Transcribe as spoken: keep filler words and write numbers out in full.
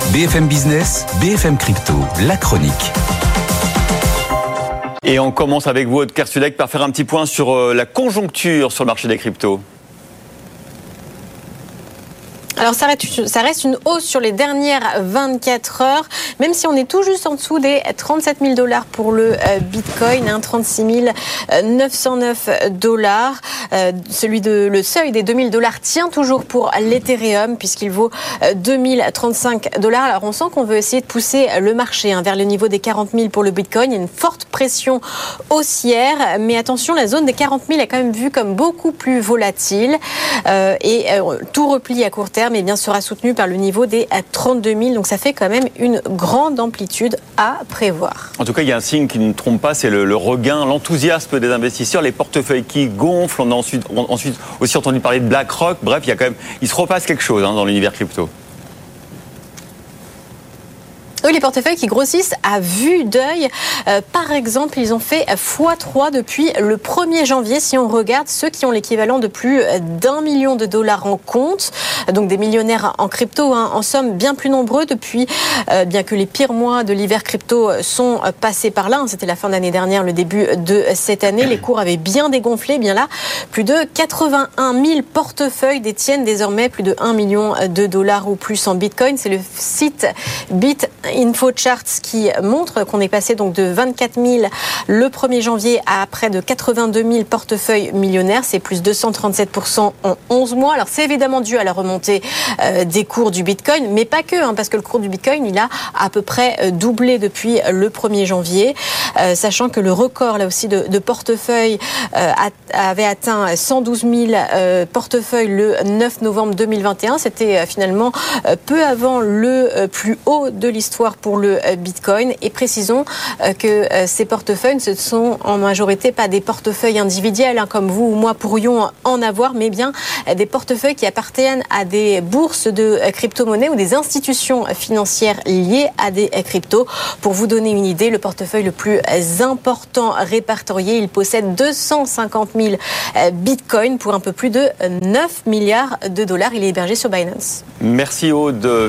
B F M Business, B F M Crypto, la chronique. Et on commence avec vous, Aude Kersulek, par faire un petit point sur la conjoncture sur le marché des cryptos. Alors ça reste une hausse sur les dernières vingt-quatre heures, même si on est tout juste en dessous des trente-sept mille dollars pour le Bitcoin, hein, trente-six mille neuf cent neuf dollars. Euh, celui de le seuil des deux mille dollars tient toujours pour l'Ethereum puisqu'il vaut deux mille trente-cinq dollars. Alors on sent qu'on veut essayer de pousser le marché hein, vers le niveau des quarante mille pour le Bitcoin. Il y a une forte pression haussière, mais attention, la zone des quarante mille est quand même vue comme beaucoup plus volatile euh, et euh, tout repli à court terme. Eh bien, sera soutenu par le niveau des trente-deux mille. Donc, ça fait quand même une grande amplitude à prévoir. En tout cas, il y a un signe qui ne trompe pas, c'est le, le regain, l'enthousiasme des investisseurs, les portefeuilles qui gonflent. On a ensuite, on, ensuite aussi entendu parler de BlackRock. Bref, il y a quand même, il se repasse quelque chose hein, dans l'univers crypto. Oui, les portefeuilles qui grossissent à vue d'œil. Euh, par exemple, ils ont fait fois trois depuis le premier janvier. Si on regarde ceux qui ont l'équivalent de plus d'un million de dollars en compte, donc des millionnaires en crypto, hein, en somme bien plus nombreux depuis, euh, bien que les pires mois de l'hiver crypto sont passés par là. Hein, c'était la fin d'année dernière, le début de cette année. Les cours avaient bien dégonflé. Bien là, plus de quatre-vingt-un mille portefeuilles détiennent désormais plus de un million de dollars ou plus en Bitcoin. C'est le site Bit InfoCharts qui montre qu'on est passé donc de vingt-quatre mille le premier janvier à près de quatre-vingt-deux mille portefeuilles millionnaires. C'est plus deux cent trente-sept pour cent en onze mois. Alors c'est évidemment dû à la remontée euh, des cours du Bitcoin, mais pas que, hein, parce que le cours du Bitcoin, il a à peu près doublé depuis le premier janvier, euh, sachant que le record là aussi de, de portefeuilles euh, avait atteint cent douze mille euh, portefeuilles le neuf novembre deux mille vingt et un. C'était euh, finalement euh, peu avant le euh, plus haut de l'histoire pour le Bitcoin. Et précisons que ces portefeuilles ne sont en majorité pas des portefeuilles individuels hein, comme vous ou moi pourrions en avoir, mais bien des portefeuilles qui appartiennent à des bourses de crypto-monnaies ou des institutions financières liées à des cryptos. Pour vous donner une idée, le portefeuille le plus important répertorié, il possède deux cent cinquante mille bitcoins pour un peu plus de neuf milliards de dollars. Il est hébergé sur Binance. Merci Aude.